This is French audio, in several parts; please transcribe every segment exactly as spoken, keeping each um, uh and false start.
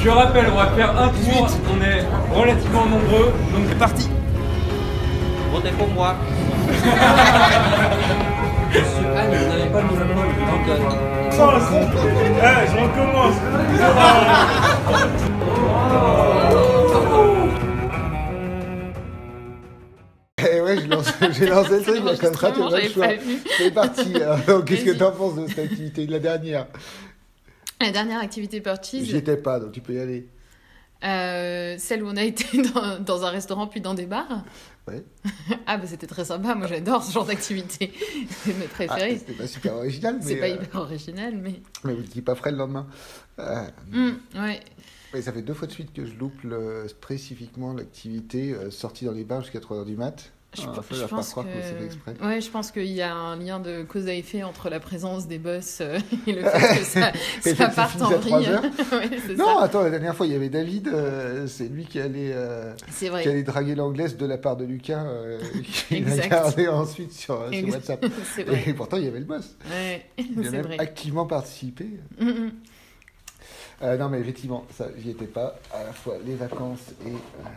je rappelle, on va faire un tour. On est relativement nombreux, donc c'est parti. Votez pour moi. Monsieur Anne, vous n'avez pas le monopole. Donc, euh... Eh, je recommence. Eh ouais, j'ai lancé, j'ai lancé le truc, mais comme ça, tu as le choix. C'est parti. Alors, qu'est-ce que t'en penses de cette activité, de la dernière? La dernière activité Purchase. J'y étais pas, donc tu peux y aller. Euh, celle où on a été dans, dans un restaurant puis dans des bars. Ouais. Ah bah c'était très sympa, moi j'adore ce genre d'activité. C'est mes préférés. Ah, c'était pas super original, mais... C'est pas euh... hyper original, mais... Mais vous n'étiez pas frais le lendemain. Euh... Mmh, ouais. Et ça fait deux fois de suite que je loupe le... spécifiquement l'activité euh, sortie dans les bars jusqu'à trois heures du mat'. Je, ah, je, je pense que... que ouais, je pense qu'il y a un lien de cause à effet entre la présence des boss euh, et le fait que ça, ça parte en vrille. Ouais, non, ça. Attends, la dernière fois, il y avait David, euh, c'est lui qui allait, euh, qui allait draguer l'anglaise de la part de Lucas, euh, qui l'a gardé ensuite sur, sur WhatsApp. Et pourtant, il y avait le boss. Ouais, il a même vrai. activement participé. Mm-hmm. Euh, non, mais effectivement, ça, j'y étais pas. À la fois les vacances et... Euh...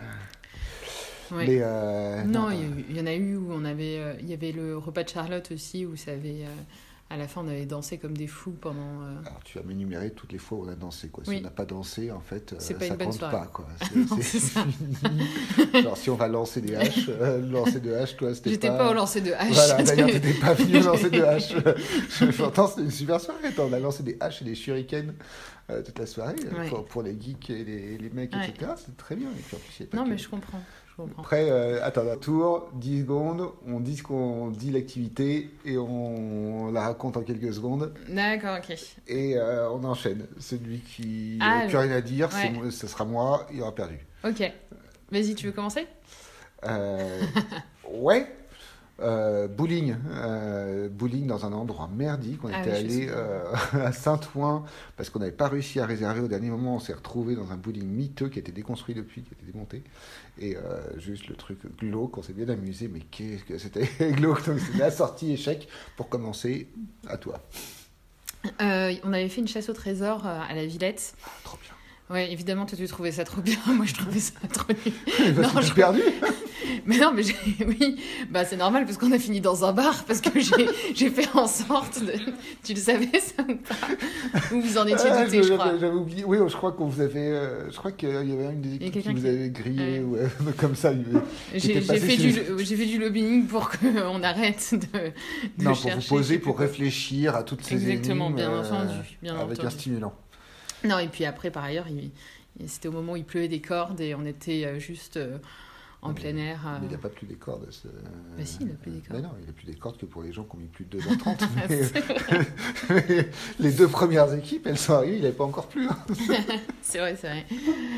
Ouais. Mais euh, non, non il y, y en a eu où on avait, euh, il y avait le repas de Charlotte aussi où ça avait, euh, à la fin on avait dansé comme des fous pendant. Euh... Alors tu vas m'énumérer toutes les fois où on a dansé quoi. Si oui. on n'a pas dansé en fait, c'est euh, pas ça une bonne compte soirée. pas quoi. C'est, non, c'est, c'est ça. Alors si on va lancer des haches, euh, lancer de haches, toi c'était J'étais pas. pas au lancer de haches. Voilà, d'ailleurs t'étais pas venu au lancer de haches. Pourtant c'était une super soirée. On a lancé des haches et des shurikens. Euh, toute la soirée ouais. pour, pour les geeks et les, les mecs, ouais. et cetera. C'est très bien. Et puis, en plus, il y a pas non, que... mais je comprends. Je comprends. Après, euh, attends, un tour, dix secondes, on dit ce qu'on dit l'activité et on la raconte en quelques secondes. D'accord, ok. Et euh, on enchaîne. Celui qui n'a ah, plus rien à dire, ouais. c'est, ce sera moi, il aura perdu. Ok. Vas-y, tu veux commencer euh, Ouais. Euh, bowling, euh, bowling dans un endroit merdique. On ah, était oui, allé euh, à Saint-Ouen parce qu'on n'avait pas réussi à réserver au dernier moment. On s'est retrouvé dans un bowling miteux qui a été déconstruit depuis, qui a été démonté. Et euh, juste le truc glauque, on s'est bien amusé, mais qu'est-ce que c'était glauque. Donc c'était la sortie échec pour commencer. À toi. Euh, on avait fait une chasse au trésor à la Villette. Ah, trop bien. Ouais, évidemment, toi tu trouvais ça trop bien. Moi je trouvais ça trop nul. Mais non, j'ai perdu. Mais non, mais j'ai... oui, bah c'est normal parce qu'on a fini dans un bar parce que j'ai, j'ai fait en sorte de. Tu le savais ça ou pas? Ou vous en étiez ah, douté, je, je crois. J'avais oublié. Oui, je crois qu'on vous avait. Euh, je crois qu'il y avait une des équipes qui vous avait grillé ouais. ou comme ça. J'ai, j'ai, fait du, les... j'ai fait du lobbying pour qu'on arrête de. de non, chercher, pour vous poser, pour réfléchir à toutes ces exactement, énigmes. bien euh, entendu, bien avec entendu. un stimulant. Non, et puis après, par ailleurs, il, c'était au moment où il pleuvait des cordes et on était juste euh, en non, plein mais, air. Euh... Mais il n'y a pas plus des cordes. C'est... Bah si, il a plus des cordes. Mais non, il n'y a plus des cordes que pour les gens qui ont mis plus de deux heures trente. mais... les deux premières équipes, elles sont arrivées, il n'y avait pas encore plus. c'est vrai, c'est vrai.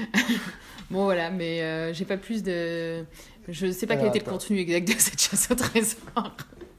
Bon, voilà, mais euh, j'ai pas plus de... Je ne sais pas Alors, quel était attends. le contenu exact de cette chasse au trésor.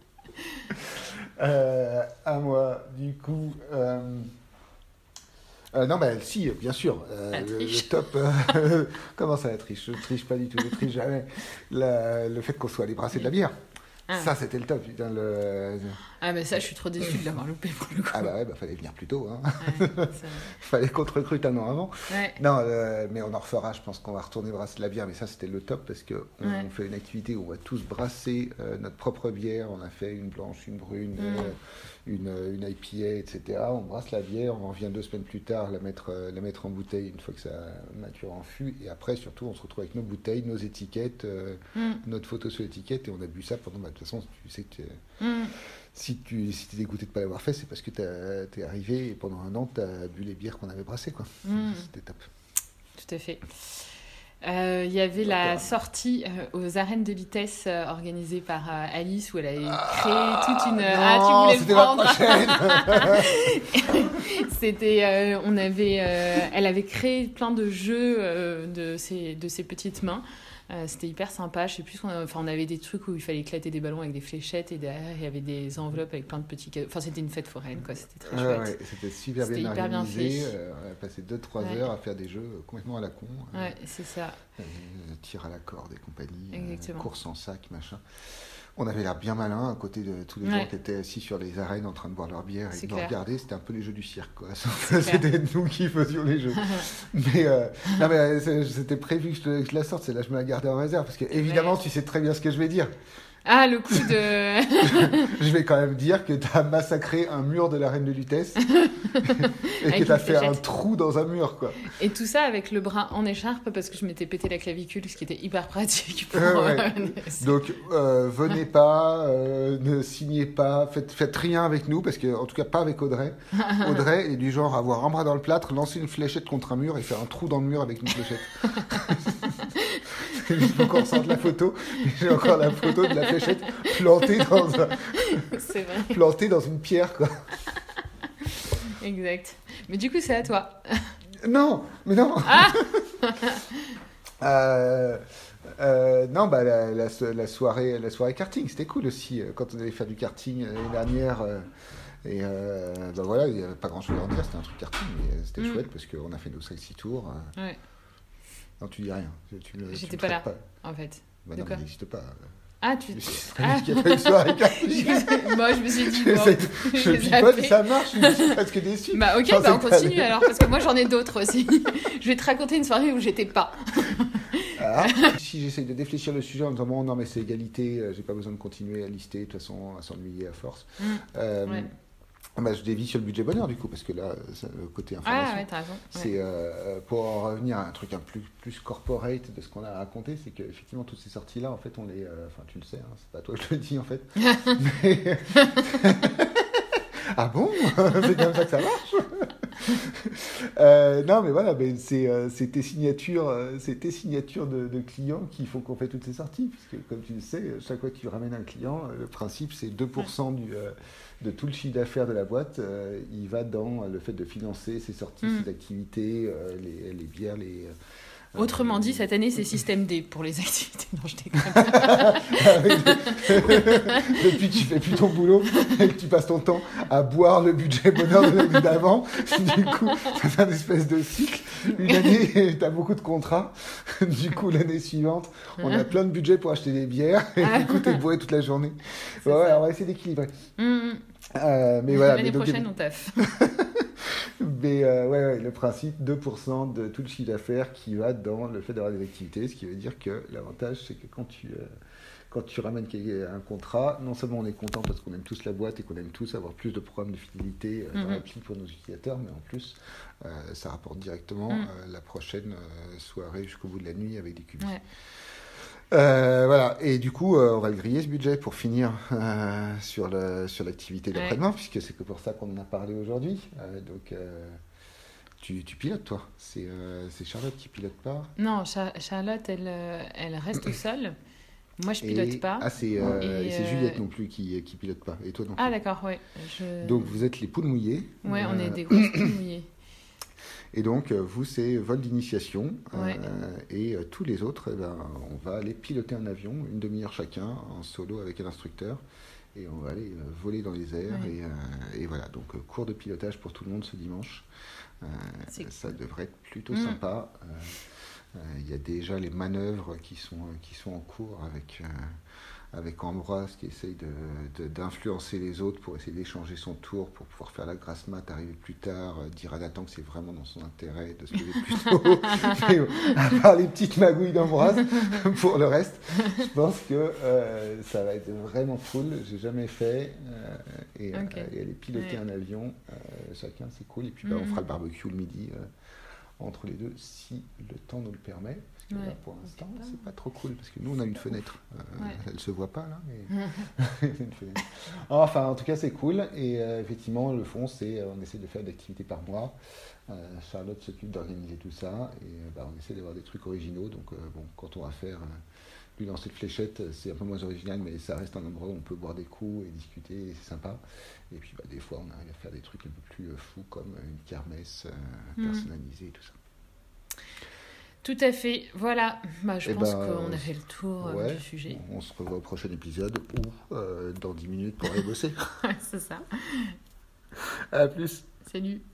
euh, à moi, du coup... Euh... Euh, non, mais si, bien sûr. Euh, le, le top. Euh, comment ça, la triche? Je ne triche pas du tout, je ne triche jamais. La, le fait qu'on soit allé brasser de la bière. Ah. Ça, c'était le top. Putain, le... Ah, mais ça, je suis trop déçue de l'avoir loupé pour le coup. Ah, bah ouais, bah, fallait venir plus tôt. Hein. Ouais, fallait qu'on te recrute un an avant. Ouais. Non, euh, mais on en refera. Je pense qu'on va retourner brasser de la bière. Mais ça, c'était le top parce qu'on ouais. fait une activité où on va tous brasser euh, notre propre bière. On a fait une blanche, une brune, mm. euh, une, une I P A, et cetera. On brasse la bière. On revient deux semaines plus tard la mettre, euh, la mettre en bouteille une fois que ça mature en fût. Et après, surtout, on se retrouve avec nos bouteilles, nos étiquettes, euh, mm. notre photo sur l'étiquette. Et on a bu ça pendant... Bah, de toute façon, tu sais que... Mm. Si tu si t'es dégoûté de ne pas l'avoir fait, c'est parce que t'es arrivé et pendant un an, tu as bu les bières qu'on avait brassées. Quoi. Mmh. C'était top. Tout à fait. Il euh, y avait la sortie euh, aux arènes de vitesse euh, organisée par euh, Alice où elle avait créé ah, toute une... Non, ah, tu voulais le prendre. C'était... Euh, on avait... Euh, elle avait créé plein de jeux euh, de, ses, de ses petites mains. Euh, c'était hyper sympa. Je sais plus, on, a, enfin, on avait des trucs où il fallait éclater des ballons avec des fléchettes et derrière il y avait des enveloppes avec plein de petits cadeaux. Enfin, c'était une fête foraine, quoi. C'était très ouais, chouette. Ouais, c'était super c'était bien hyper organisé. Bien fait. Euh, on a passé deux trois ouais. heures à faire des jeux complètement à la con. Ouais, euh, c'est ça. Euh, tir à la corde et compagnie. Exactement. Euh, course en sac, machin. On avait l'air bien malin à côté de tous les Ouais. gens qui étaient assis sur les arènes en train de boire leur bière et C'est de nous clair. regarder. C'était un peu les jeux du cirque, quoi. clair. C'était nous qui faisions les jeux. mais, euh, non, mais euh, c'est- c'était prévu que je, te- que je la sorte. C'est là que je me la gardais en réserve parce que évidemment, Ouais. tu sais très bien ce que je vais dire. Ah, le coup de. Je vais quand même dire que tu as massacré un mur de la Reine de Lutèce et Avec que tu as une fait un fléchette. trou dans un mur, quoi. Et tout ça avec le bras en écharpe parce que je m'étais pété la clavicule, ce qui était hyper pratique pour. Euh, ouais. euh, Donc, euh, venez pas, euh, ne signez pas, faites, faites rien avec nous, parce que, en tout cas, pas avec Audrey. Audrey est du genre à avoir un bras dans le plâtre, lancer une fléchette contre un mur et faire un trou dans le mur avec une fléchette. Il faut qu'on ressorte la photo. J'ai encore la photo de la fléchette plantée dans, un- C'est vrai, plantée dans une pierre, quoi. exact. Mais du coup, c'est à toi. Non, mais non. Ah Euh, euh, non, bah, la, la, la soirée, la soirée karting, c'était cool aussi. euh, Quand on allait faire du karting l'année dernière. euh, et euh, bah voilà, il n'y avait pas grand chose à en dire. C'était un truc karting, mais euh, c'était Mm. chouette parce qu'on a fait nos cinq six tours. euh. Ouais, Non, tu dis rien. Tu, tu me- tu J'étais me pas traites là. en fait. Bah De non, quoi mais il n'existe pas. Ah, tu. Ah. Ah. Il n'y a pas une soirée karting. Moi, je me suis dit. Bon, J'essaie- je j'ai pipote, zappé. ça marche. Je suis presque déçu. Bah, ok, Je pensais bah, on que continue t'allais- alors, parce que moi, j'en ai d'autres aussi. Je vais te raconter une soirée où j'étais pas. Ah. Si j'essaye de défléchir le sujet en disant bon, non, mais c'est égalité, euh, j'ai pas besoin de continuer à lister, de toute façon, à s'ennuyer à force. Mm. Euh, Ouais. bah, je dévie sur le budget bonheur, du coup, parce que là, c'est le côté information. Ah, ouais, t'as raison. Ouais. C'est euh, pour en revenir à un truc un plus, plus corporate de ce qu'on a raconté, c'est qu'effectivement, toutes ces sorties-là, en fait, on les. euh, Enfin, tu le sais, hein, c'est pas toi que je le dis, en fait. Mais- Ah bon? C'est comme ça que ça marche? Euh, non, mais voilà, mais c'est euh, c'est tes signatures, euh, c'est tes signatures de, de clients qui font qu'on fait toutes ces sorties. Puisque, comme tu le sais, chaque fois que tu ramènes un client, euh, le principe, c'est deux pour cent du, euh, de tout le chiffre d'affaires de la boîte. euh, il va dans le fait de financer ses sorties, Mm. ses activités, euh, les, les bières, les. euh, Autrement dit, euh, cette année, c'est système D pour les activités. Non, je déconne. Depuis que tu fais plus ton boulot et que tu passes ton temps à boire le budget bonheur de l'année d'avant, du coup, ça fait un espèce de cycle. Une année, tu as beaucoup de contrats. Du coup, l'année suivante, on a plein de budget pour acheter des bières. Et du coup, tu es bourré toute la journée. C'est Ouais, ouais, ça. on va essayer d'équilibrer. Hum, Euh, mais voilà. L'année mais donc, prochaine, on taffe. Mais euh, ouais, ouais, le principe, deux pour cent de tout le chiffre d'affaires qui va dans le fait d'avoir des activités, ce qui veut dire que l'avantage, c'est que quand tu, euh, quand tu ramènes quel- un contrat, non seulement on est content parce qu'on aime tous la boîte et qu'on aime tous avoir plus de programmes de fidélité euh, dans Mhm. l'appli pour nos utilisateurs, mais en plus, euh, ça rapporte directement Mhm. euh, la prochaine euh, soirée jusqu'au bout de la nuit avec des cubis. Ouais. Euh, voilà, et du coup, euh, on va le griller ce budget pour finir euh, sur le sur l'activité Ouais. d'après-demain, puisque c'est que pour ça qu'on en a parlé aujourd'hui. Euh, donc, euh, tu, tu pilotes, toi. C'est euh, c'est Charlotte qui pilote pas. Non, Cha- Charlotte, elle, euh, elle reste seule. Moi, je pilote Et- pas. Ah, c'est euh, Et, et c'est euh, Juliette non plus qui, qui pilote pas. Et toi non plus. Ah, d'accord, ouais. Je... Donc, vous êtes les poules mouillées. Ouais, on Euh, est des grosses poules mouillées. Et donc, euh, vous, c'est vol d'initiation. Ouais. euh, et euh, tous les autres, eh ben, on va aller piloter un avion, une demi-heure chacun, en solo avec un instructeur. Et on va aller euh, voler dans les airs. Ouais. Et, euh, et voilà, donc euh, cours de pilotage pour tout le monde ce dimanche. Euh, C'est ça cool. devrait être plutôt Mm. sympa. Euh, euh, Il y a déjà les manœuvres qui sont, euh, qui sont en cours avec, euh, avec Ambroise qui essaye de, de- d'influencer les autres pour essayer d'échanger son tour pour pouvoir faire la grasse mat, arriver plus tard, euh, dire à Nathan que c'est vraiment dans son intérêt de se lever plus tôt. Mais, euh, à part les petites magouilles d'Ambroise, pour le reste, je pense que euh, ça va être vraiment cool. J'ai jamais fait. euh, et, Ok. euh, et aller piloter Ouais. un avion, euh, chacun, c'est cool. Et puis bah, on Mhm. fera le barbecue le midi. euh, entre les deux, si le temps nous le permet. Parce que Ouais. là, pour l'instant, c'est pas trop cool. Parce que nous, on a une fenêtre. Euh, Ouais. Elle se voit pas, là, mais une fenêtre. Enfin, en tout cas, c'est cool. Et euh, effectivement, le fond, c'est euh, on essaie de faire d'activités par mois. Euh, Charlotte s'occupe d'organiser tout ça. Et euh, bah, on essaie d'avoir des trucs originaux. Donc, euh, bon, quand on va faire euh, lui lancer de fléchettes, c'est un peu moins original, mais ça reste un endroit où on peut boire des coups et discuter. Et c'est sympa. Et puis, bah, des fois, on arrive à faire des trucs un peu plus euh, fous, comme une kermesse euh, Mhm. personnalisée et tout ça. Tout à fait. Voilà. Bah, je Eh pense ben, qu'on a fait le tour euh, Ouais, du sujet. on se revoit au prochain épisode ou euh, dans dix minutes pour aller bosser. C'est ça. À plus. Salut.